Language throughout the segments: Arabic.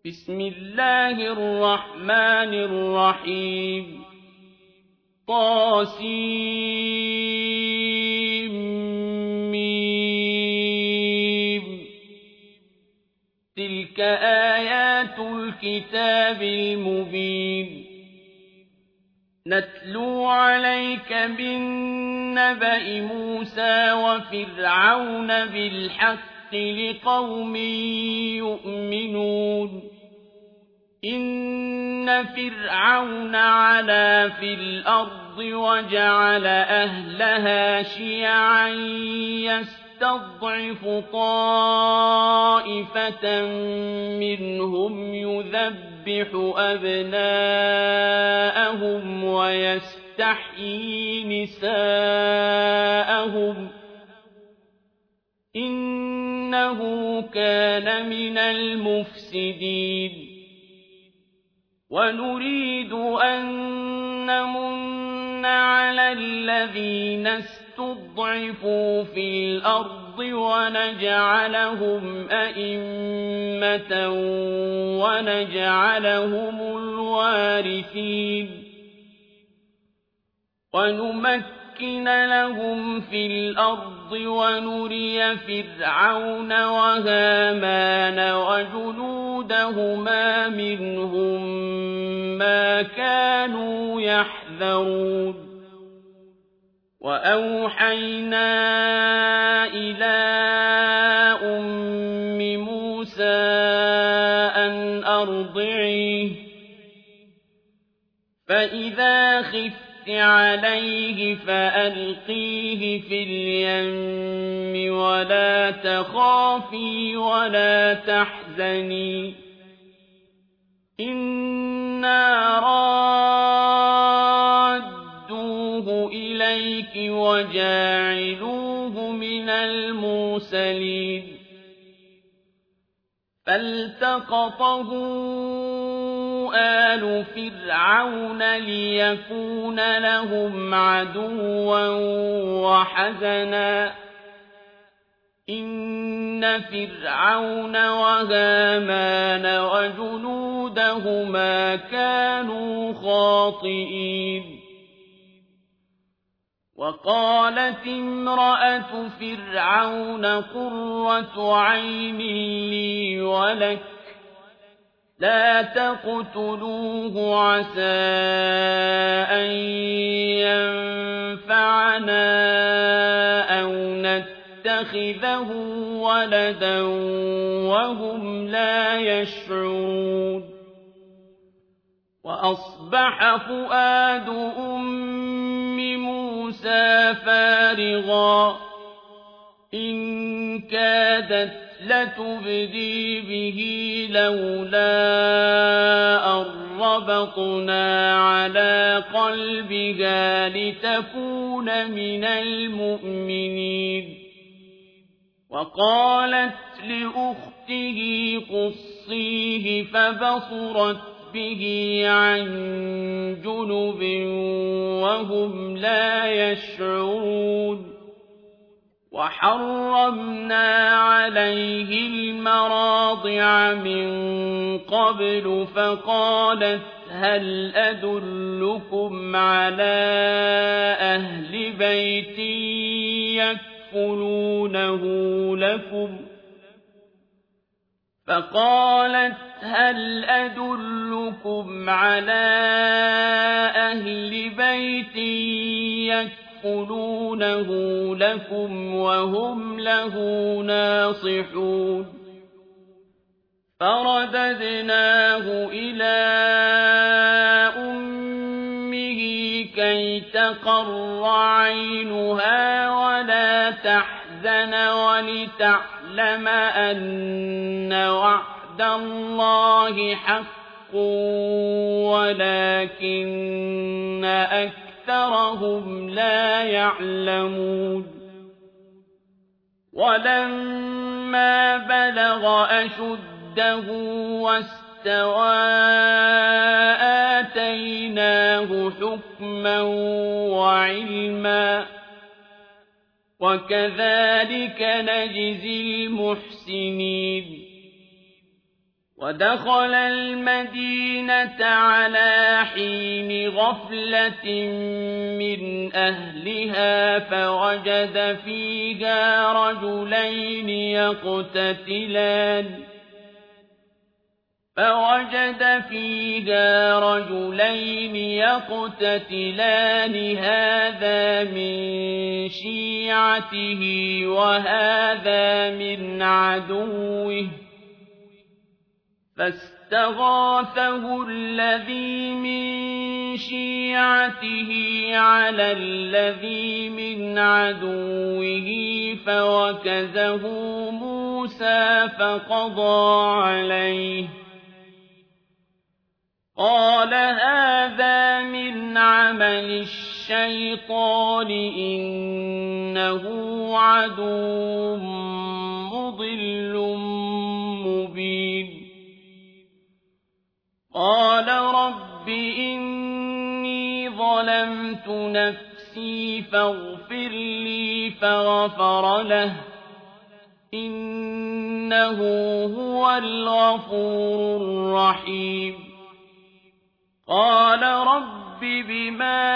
بسم الله الرحمن الرحيم طاسيم تلك آيات الكتاب المبين نتلو عليك بالنبأ موسى وفرعون بالحق لقوم يؤمنون إن فرعون علا في الأرض وجعل أهلها شيعا يستضعف طائفة منهم يذبح أبناءهم ويستحيي نساءهم إنه كان من المفسدين ونريد أن نمن على الذين استضعفوا في الأرض ونجعلهم أئمة ونجعلهم الوارثين ونمكن لهم في الأرض ونري فرعون وهامان وجنودهما منهم ما كانوا يحذرون وأوحينا إلى أم موسى أن أرضعيه فإذا خفت عليه فألقيه في اليم ولا تخافي ولا تحزني إنا رادوه إليك وجاعلوه من المرسلين فالتقطه آل فرعون ليكون لهم عدوا وحزنا إن فرعون وهامان وجنودهما كانوا خاطئين وقالت امرأة فرعون قرة عين لي ولك لا تقتلوه عسى أن ينفعنا أو نتخذه ولدا وهم لا يشعرون وأصبح فؤاد أم موسى فارغا إن كادت لتبدي به لولا أن ربطنا على قلبها لتكون من المؤمنين وقالت لأخته قصيه فبصرت به عن جنب وهم لا يشعرون وحرمنا عليه المراضع من قبل فقالت هل أدلكم على أهل بيت يكفلونه لكم فقالت هل أدلكم على أهل بيت يكفلونه لكم وهم له ناصحون فرددناه إلى أمه كي تقر عينها ولا تحزن ولتعلم أن وعد الله حق ولكن أكثرهم لا يعلمون ولما بلغ أشده واستوى آتيناه حكما وعلما وكذلك نجزي المحسنين ودخل المدينة على حين غفلة من أهلها فوجد فيها رجلين يقتتلان هذا من شيعته وهذا من عدوه فاستغاثه الذي من شيعته على الذي من عدوه فوكزه موسى فقضى عليه قال هذا من عمل الشيطان إنه عدو مضل مبين قال رب إني ظلمت نفسي فاغفر لي فغفر له إنه هو الغفور الرحيم قال رب بما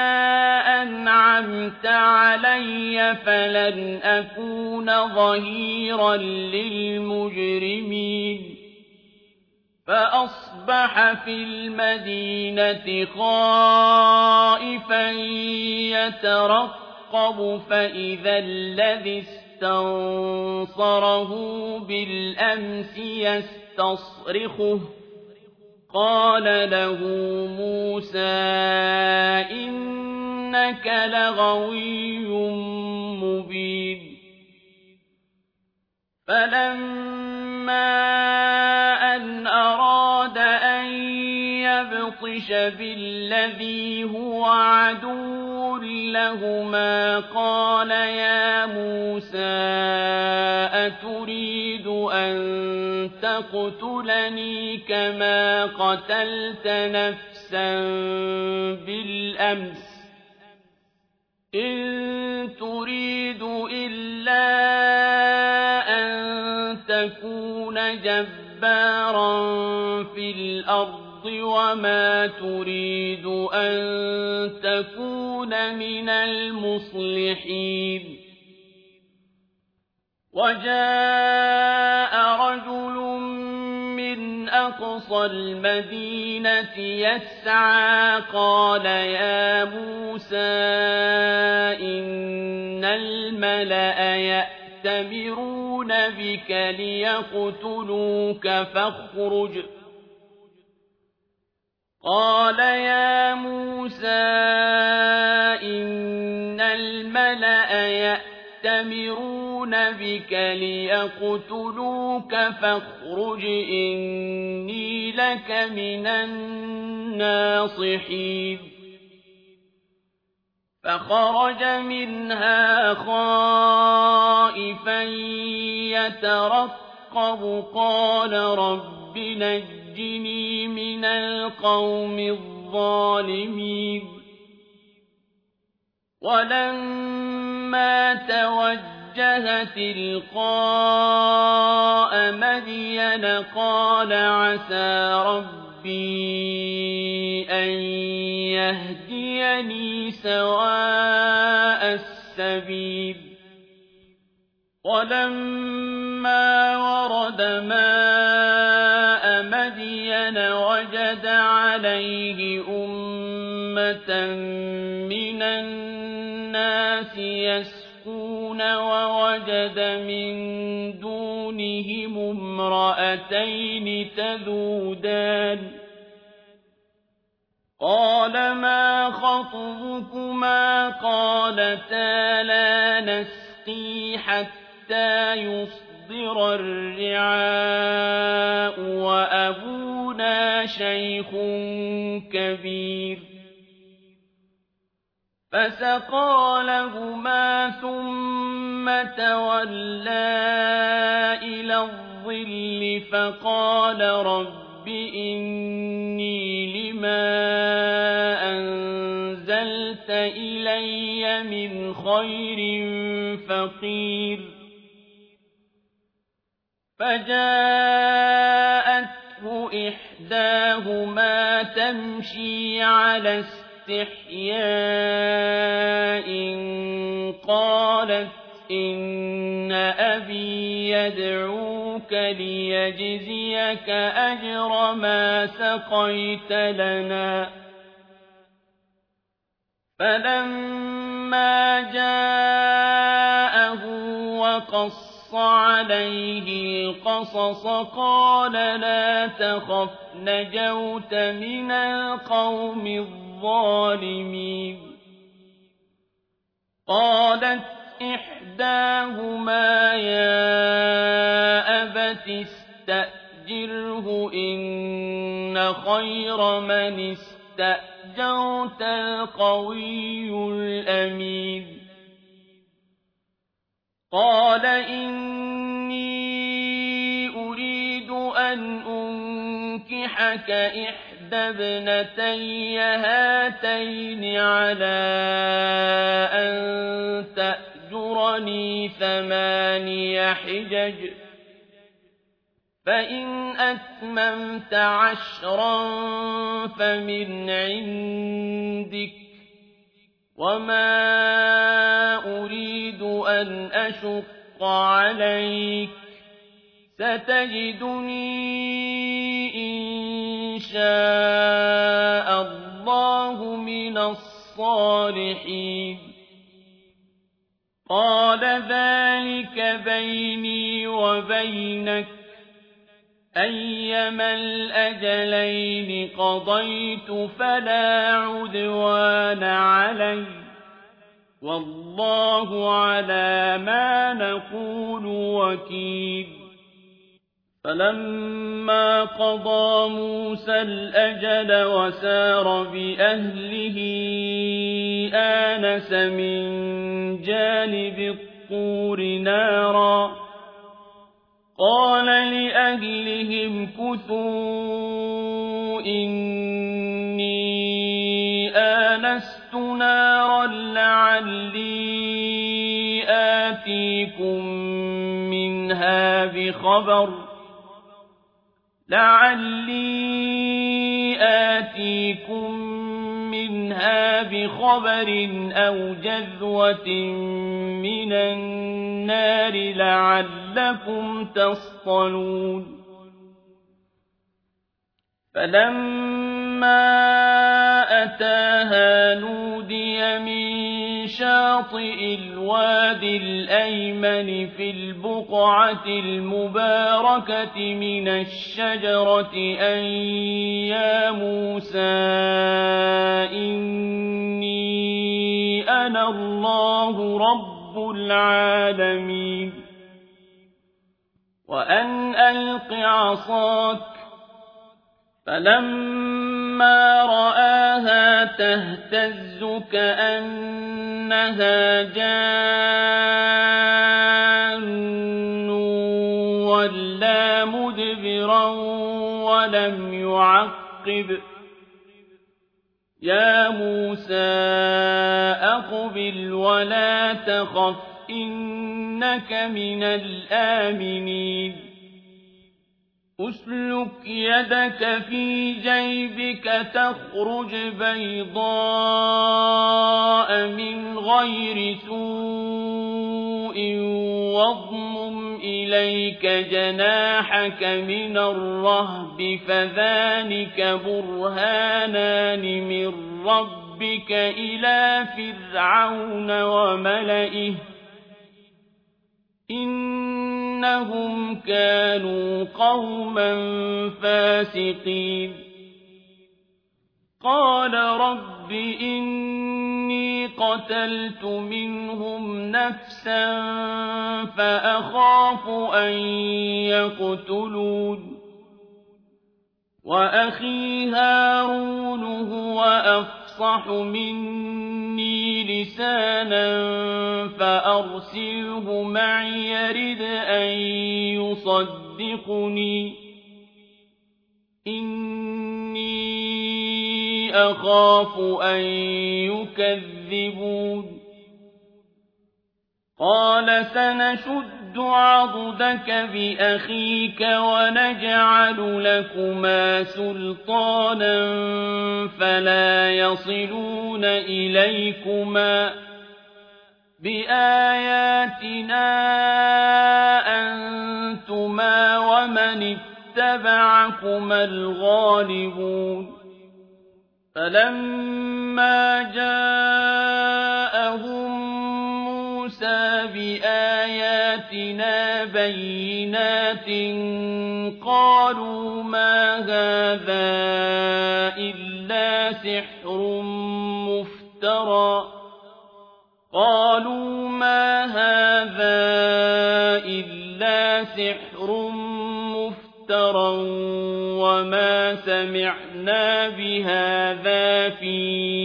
أنعمت علي فلن أكون ظهيرا للمجرمين فأصبح في المدينة خائفا يترقب فإذا الذي استنصره بالأمس يستصرخه قال له موسى إنك لغوي مبين فلما أن أراد أن يبطش بالذي هو عدو لهما قال يا موسى أتريد أن تقتلني كما قتلت نفسا بالأمس إن تريد إلا أن تكون جبارا في الأرض وما تريد أن تكون من المصلحين وجاء رجل من أقصى المدينة يسعى قال يا موسى إن الملأ يأتمرون بك ليقتلوك فاخرج قال يا موسى إن الملأ يأتمرون بك ليقتلوك فاخرج إني لك من الناصحين فخرج منها خائفا يترقب قال رب نجني من القوم الظالمين ولما توجه تلقاء مدين قال عسى ربي أن يهديني سواء السبيل ولما ورد ماء مدين وجد عليه أمة من الناس يسقون ووجد من دونهم امرأتين تذودان قال ما خطبكما قالتا لا نسقي حتى يصدر الرعاء وأبونا شيخ كبير فسقى لهما ثم تولى إلى الظل فقال رب إني لما أنزلت إلي من خير فقير فجاءت إحداهما تمشي على استحياء قالت إن أبي يدعوك ليجزيك أجر ما سقيت لنا. فلما جاءه وقص عليه القصص قال لا تخف نجوت من القوم الظالمين. قالت إحداهما يا أبت استأجره إن خير من استأجرت القوي الأمين. قال إني أريد أن أنكحك إحدى ابنتي هاتين على أن تأجرني 8 حجج فإن أتممت 10 فمن عندك وما أريد أن أشق عليك ستجدني إن شاء الله من الصالحين. قال ذلك بيني وبينك أيما الأجلين قضيت فلا عدوان علي والله على ما نقول وكيل. فلما قضى موسى الأجل وسار بأهله آنس من جانب الطور نارا قال لأهلهم كثوا إني آنست نارا لعلي آتيكم منها بخبر أو جذوة من النار لعلكم تصطلون. فلما أتاها نودي من شاطئ الوادي الأيمن في البقعة المباركة من الشجرة أن يا موسى إني أنا الله رب العالمين وأن ألق عصاك. فلما رآها تهتز كأنها جان ولا مدبرا ولم يعقب. يا موسى أقبل ولا تخف إنك من الآمنين. أسلك يدك في جيبك تخرج بيضاء من غير سوء واضمم إليك جناحك من الرهب فذلك برهانان من ربك إلى فرعون وملئه إنهم كانوا قوما فاسقين. قال رب إني قتلت منهم نفسا فأخاف أن يقتلون وأخي هارون هو أفصح مني لسانا فأرسله معي يرد أن يصدقني إني أخاف أن يكذبون. قال سنشد عضدك بأخيك ونجعل لكما سلطانا فلا يصلون إليكما بآياتنا أنتما ومن اتبعكما الغالبون فلما جاءهم موسى بآياتنا بينات قالوا ما هذا إلا سحر مفترى وما سمعنا بهذا في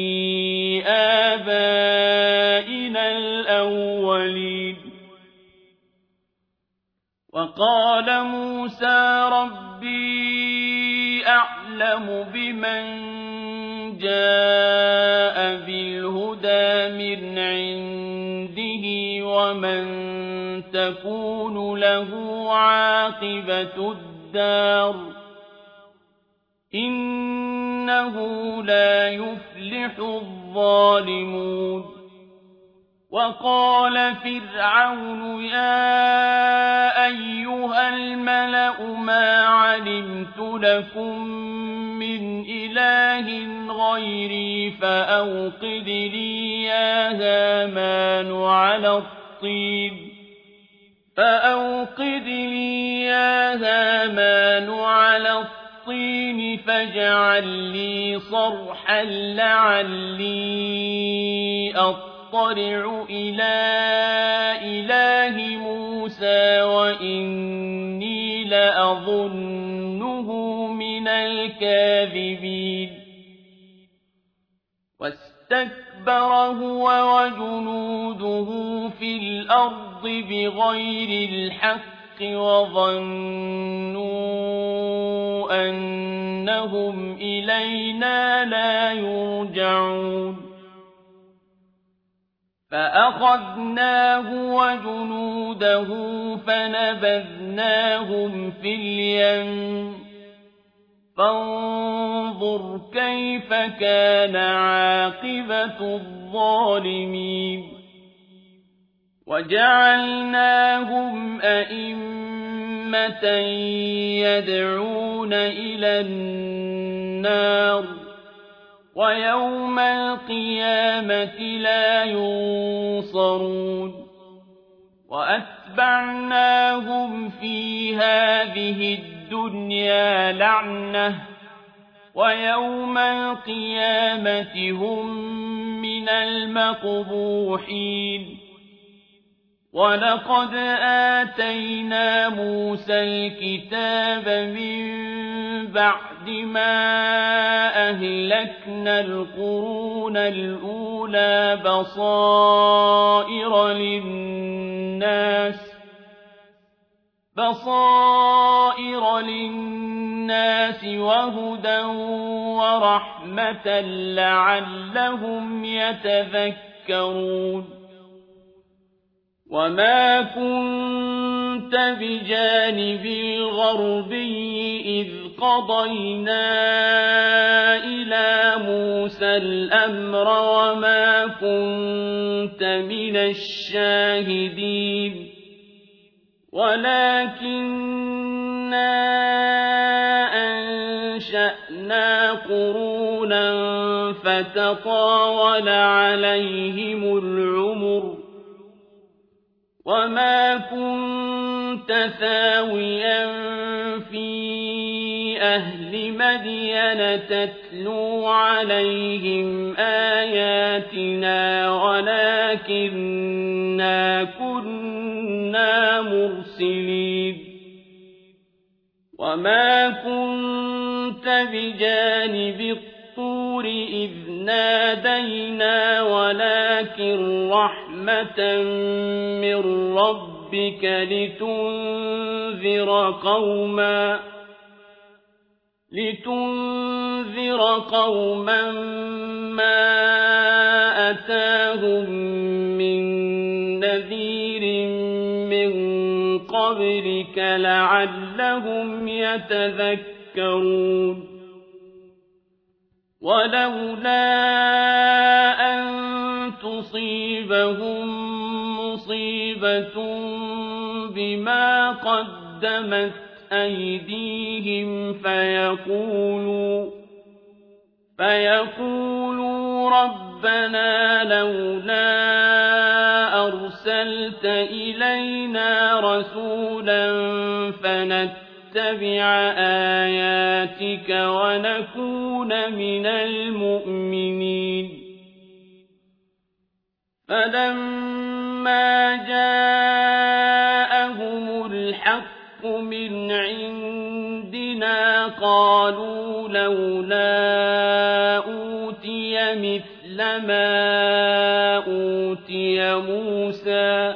آبائنا الأولين وقال موسى ربي أعلم بمن جاء بالهدى من عنده ومن تكون له عاقبة الدار إنه لا يفلح الظالمون وقال فرعون يا أيها الملأ ما علمت لكم من إله غيري فأوقد لي يا هامان على الطين فاجعل لي صرحا لعلي أطلع إلى إله موسى وإني لأظنه من الكاذبين واستكبر هو وجنوده في الأرض بغير الحق وظنوا أنهم إلينا لا يرجعون فأخذناه وجنوده فنبذناهم في اليم فانظر كيف كان عاقبة الظالمين وجعلناهم أئمة يدعون إلى النار ويوم القيامة لا ينصرون وأتبعناهم في هذه الدنيا لعنة ويوم القيامة هم من المقبوحين ولقد آتينا موسى الكتاب من بعد ما أهلكنا القرون الأولى بصائر للناس وهدى ورحمة لعلهم يتذكرون وما كنت بجانب الغربي إذ قضينا إلى موسى الأمر وما كنت من الشاهدين ولكننا أنشأنا قرونا فتطاول عليهم العمر وما كنت ثاويا في أهل مدين تتلو عليهم آياتنا ولكننا كنا مرسلين وما كنت بجانب الطور إذ نادينا ولكن رحمة من ربك لتنذر قوما ما أتاهم من نذير من قبلك لعلهم يتذكرون ولولا أن تصيبهم مصيبة بما قدمت أيديهم فيقولوا ربنا لولا أرسلت إلينا رسولا فنتبع آياتك ونكون من المؤمنين فلما جاءهم الحق من عندنا قالوا لولا أوتي مثل ما أوتي موسى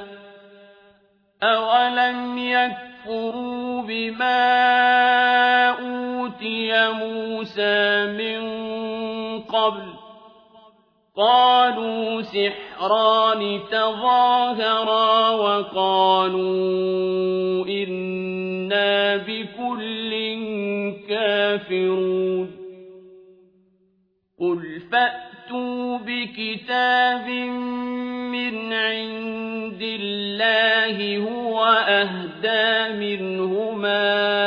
أولم يكفروا بما أوتي موسى من قبل قالوا سحران تظاهرا وقالوا إنا بكل كافرون قل فأتوا بكتاب من عند الله هو أهدى منهما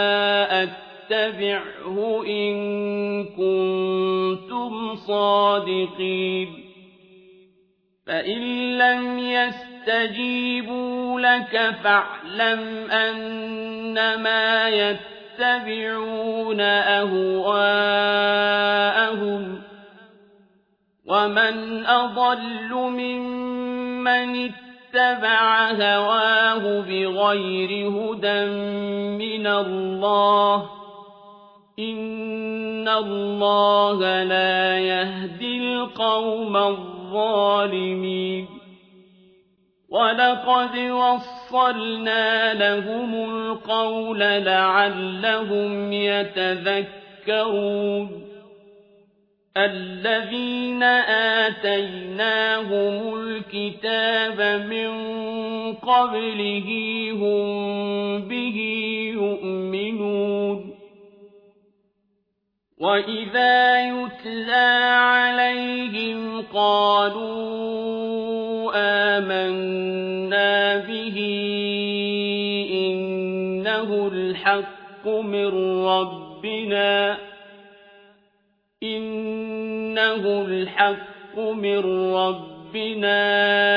أتبعه إن كنتم صادقين فإن لم يستجيبوا لك فاعلم أنما يتبعون أهواءهم ومن أضل ممن اتبع هواه بغير هدى من الله إن الله لا يهدي القوم الظالمين ولقد وصلنا لهم القول لعلهم يتذكرون الذين آتيناهم الكتاب من قبله هم به يؤمنون وإذا يتلى عليهم قالوا آمنا به إنه الحق من ربنا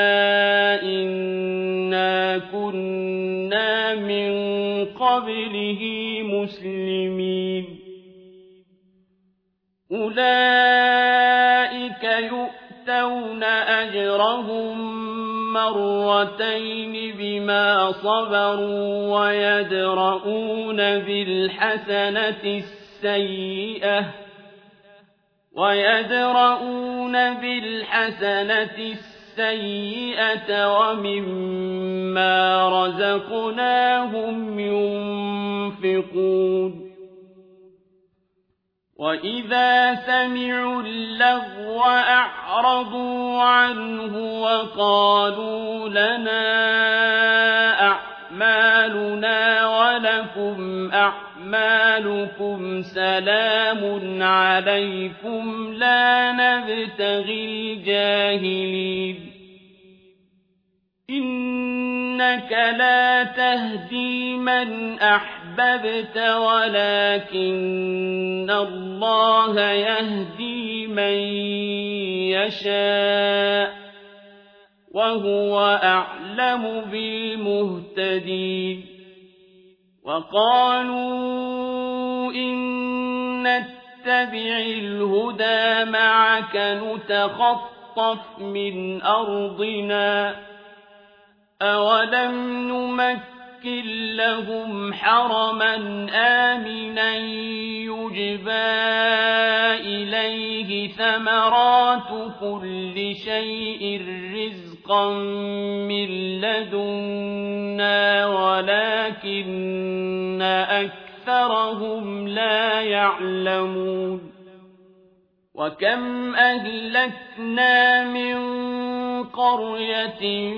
إنا كنا من قبله مسلمين أولئك يؤتون أجرهم مرتين بما صبروا ويدرؤون بالحسنة السيئة ومما رزقناهم ينفقون وإذا سمعوا اللغو أعرضوا عنه وقالوا لنا أعمالنا ولكم أعمالكم سلام عليكم لا نبتغي الجاهلين إنك لا تهدي من أحببت ولكن الله يهدي من يشاء وهو أعلم بالمهتدين وقالوا إن نتبع الهدى معك نتخطف من أرضنا أولم نمكن لهم حرما آمنا يجبى إليه ثمرات كل شيء رزقا من لدنا ولكن أكثرهم لا يعلمون وكم أهلكنا من قرية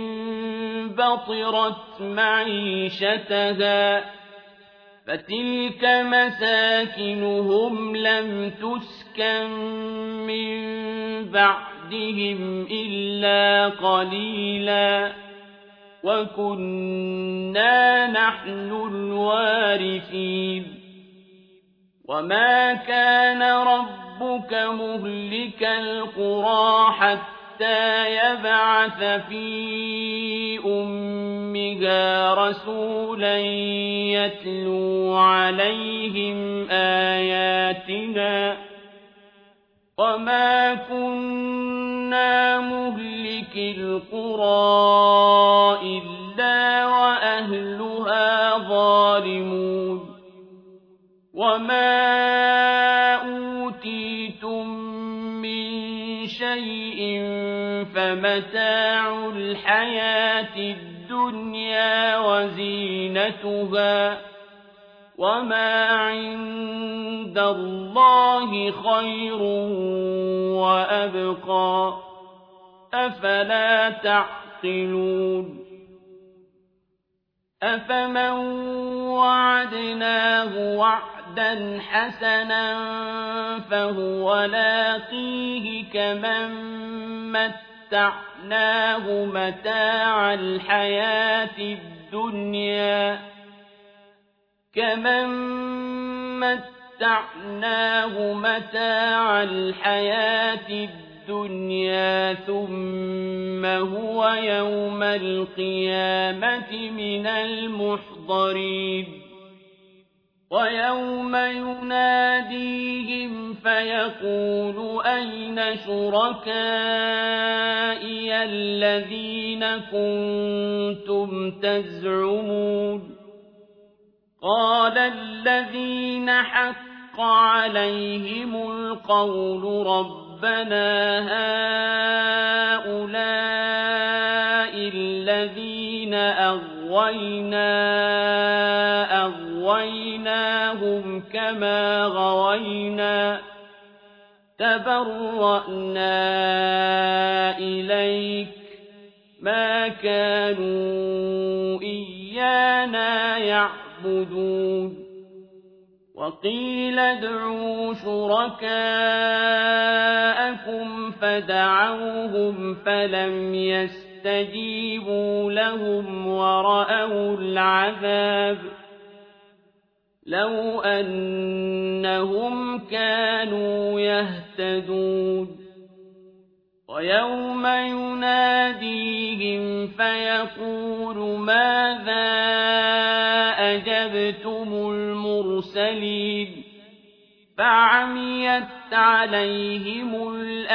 بطرت معيشتها فتلك مساكنهم لم تسكن من بعدهم إلا قليلا وكنا نحن الوارثين وما كان ربك مهلك القرى حتى يبعث في أمها رسولا يتلو عليهم آياتنا وما كنا مهلك القرى إلا وأهلها ظالمون وما أوتيتم من شيء فمتاع الحياة الدنيا وزينتها وما عند الله خير وأبقى أفلا تعقلون أفمن وعدناه وعدا حسنا فهو لاقيه كمن متعناه متاع الحياة الدنيا ثم هو يوم القيامة من المحضرين ويوم يناديهم فيقول أين شركائي الذين كنتم تزعمون قال الذين حق عليهم القول ربنا هؤلاء الذين أغويناهم كما غوينا تبرأنا إليك ما كانوا إيانا يعبدون وقيل ادعوا شركاءكم فدعوهم فلم يستجيبوا لهم ورأوا العذاب لو أنهم كانوا يهتدون ويوم يناديهم فيقول ماذا أجبتم المرسلين فعميت عليهم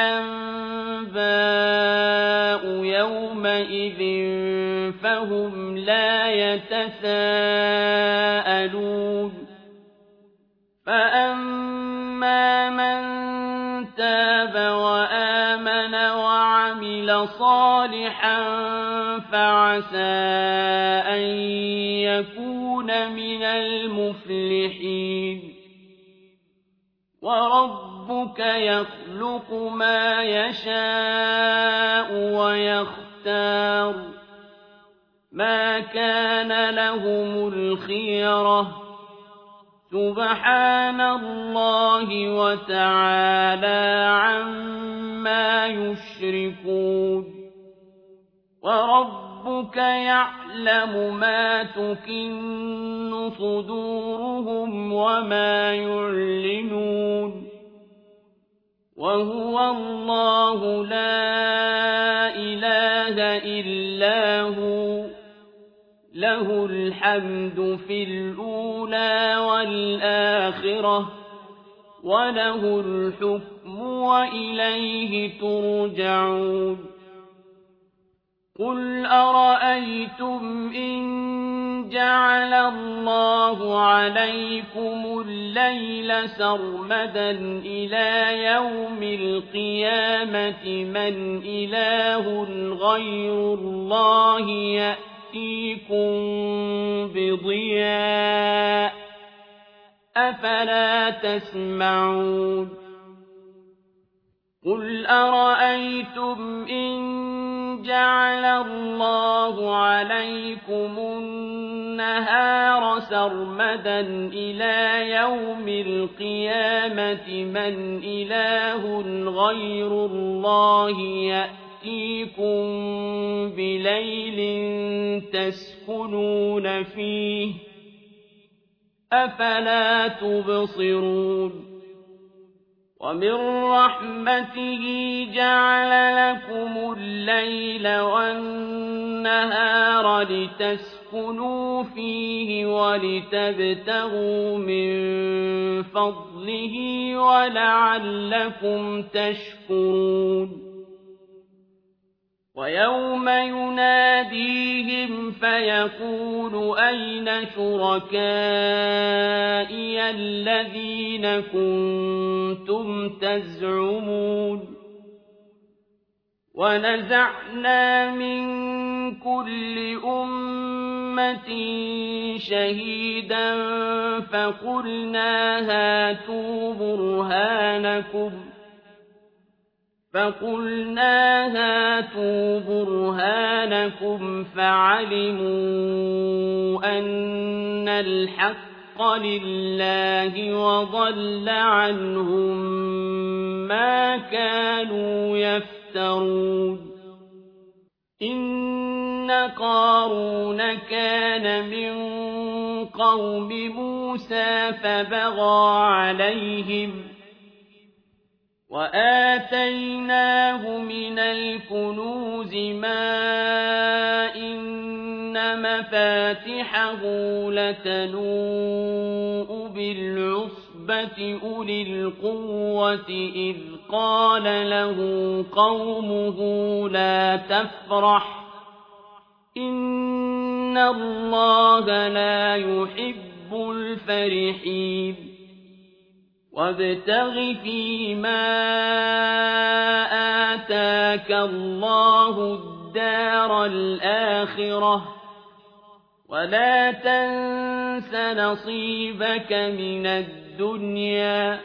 الأنباء يومئذ فهم لا يتساءلون فأما من تاب وآمن وعمل صالحا فعسى أن يكون من المفلحين وربك يخلق ما يشاء ويختار ما كان لهم الخيرة سبحان الله وتعالى عما يشركون وربك يعلم ما تكن صدورهم وما يعلنون وهو الله لا إله إلا هو له الحمد في الأولى والآخرة وله الحكم وإليه ترجعون قل أرأيتم إن جعل الله عليكم الليل سرمدا إلى يوم القيامة من إله غير الله يأتيكم بضياء أفلا تسمعون قل أرأيتم إن جعل الله عليكم النهار سرمدا إلى يوم القيامة من إله غير الله يأتيكم بليل تسكنون فيه أفلا تبصرون ومن رحمته جعل لكم الليل والنهار لتسكنوا فيه ولتبتغوا من فضله ولعلكم تشكرون ويوم يناديهم فيقول أين شركائي الذين كنتم تزعمون ونزعنا من كل أمة شهيدا فقلنا هاتوا برهانكم فعلموا أن الحق لله وضل عنهم ما كانوا يفترون إن قارون كان من قوم موسى فبغى عليهم وآتيناه من الكنوز ما إن مفاتحه لتنوء بالعصبة أولي القوة إذ قال له قومه لا تفرح إن الله لا يحب الفرحين وابتغ فيما آتاك الله الدار الآخرة ولا تنس نصيبك من الدنيا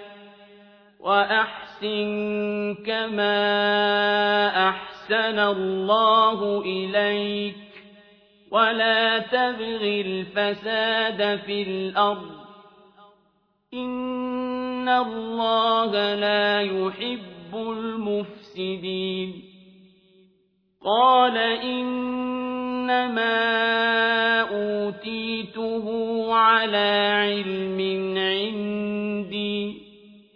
وأحسن كما أحسن الله إليك ولا تبغ الفساد في الأرض إن الله لا يحب المفسدين قال إنما أوتيته على علم عندي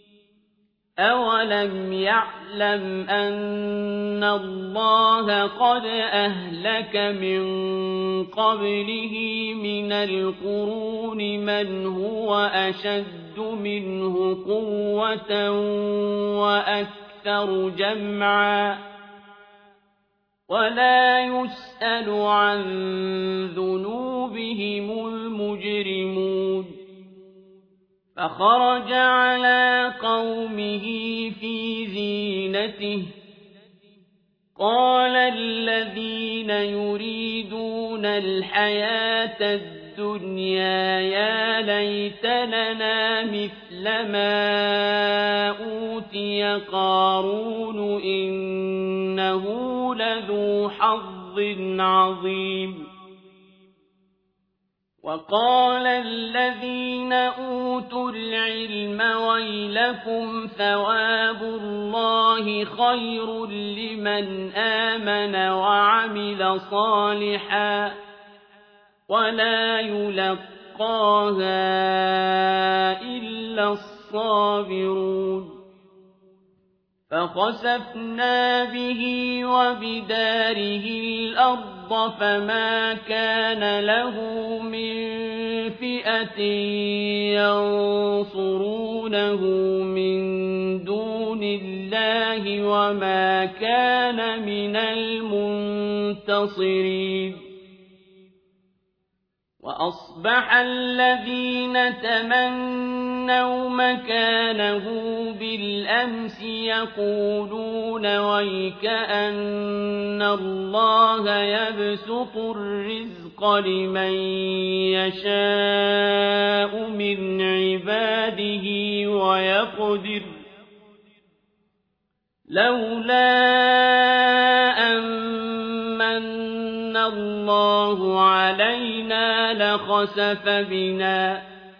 أولم يعلم أن الله قد أهلك من قبله من القرون من هو أشد منه قوة وأكثر جمعا ولا يسأل عن ذنوبهم المجرمون فخرج على قومه في زينته قال الذين يريدون الحياة الدنيا يا ليت لنا مثل ما أوتي قارون إنه لذو حظ عظيم وقال الذين أوتوا العلم ويلكم ثواب الله خير لمن آمن وعمل صالحا ولا يلقاها إلا الصابرون فخسفنا به وبداره الأرض فما كان له من فئة ينصرونه من دون الله وما كان من المنتصرين وأصبح الذين تمنوا مكانه بالأمس يقولون ويكأن الله يبسط الرزق لمن يشاء من عباده ويقدر لولا أن الله علينا لخسف بنا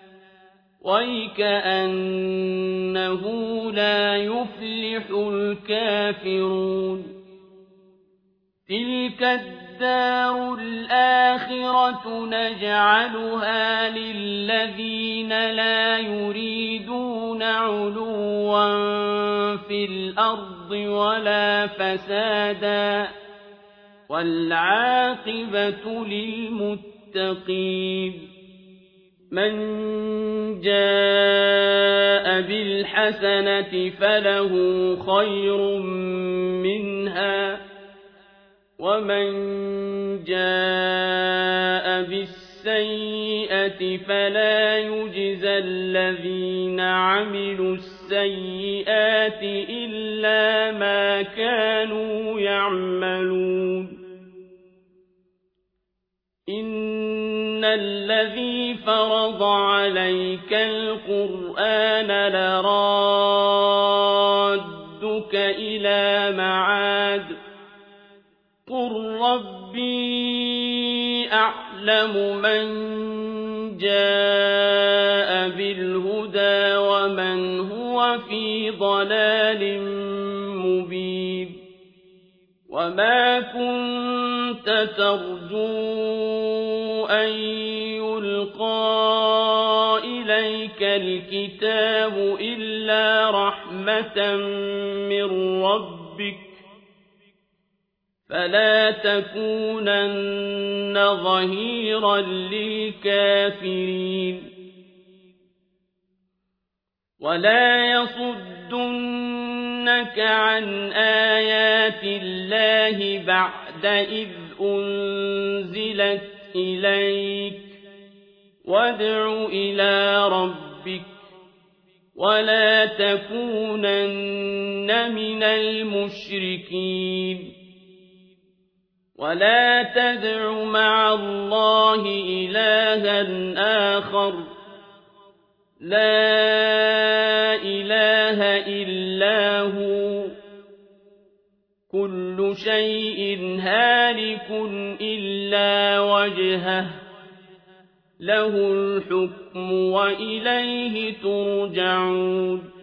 وَيْكَأَنَّهُ لَا يُفْلِحُ الْكَافِرُونَ تِلْكَ الدَّارُ الْآخِرَةُ نَجْعَلُهَا لِلَّذِينَ لَا يُرِيدُونَ عُلُوًّا فِي الْأَرْضِ وَلَا فَسَادًا وَالْعَاقِبَةُ لِلْمُتَّقِينَ مَنْ جَاءَ بِالْحَسَنَةِ فَلَهُ خَيْرٌ مِنْهَا وَمَنْ جَاءَ بِالسَّيِّئَةِ فَلَا يُجْزَى الَّذِينَ عَمِلُوا السَّيِّئَاتِ إِلَّا مَا كَانُوا يَعْمَلُونَ إِنَّ الَّذِي فَرَضَ عَلَيْكَ الْقُرْآنَ لَرَادُّكَ إِلَىٰ مَعَادٍ قُل رَّبِّي أَعْلَمُ مَن جَاءَ بِالْهُدَىٰ وَمَنْ هُوَ فِي ضَلَالٍ مُّبِينٍ وَمَا كُنتَ تَرْجُو أَن يُلْقَىٰ إِلَيْكَ الْكِتَابُ إِلَّا رَحْمَةً مِّن رَّبِّكَ فَلَا تَكُونَنَّ ظَهِيرًا لِّلْكَافِرِينَ وَلَا يَصُدُّنَّكَ عَنْ آيَاتِ اللَّهِ بَعْدَ إِذْ أُنزِلَتْ إِلَيْكَ وَادْعُ إِلَىٰ رَبِّكَ وَلَا تَكُونَنَّ مِنَ الْمُشْرِكِينَ وَلَا تَدْعُ مَعَ اللَّهِ إِلَٰهًا آخَرَ لَا إِلَٰهَ إِلَّا هُوَ كُلُّ شَيْءٍ هَالِكٌ إِلَّا وَجْهَهُ لَهُ الْحُكْمُ وَإِلَيْهِ تُرْجَعُونَ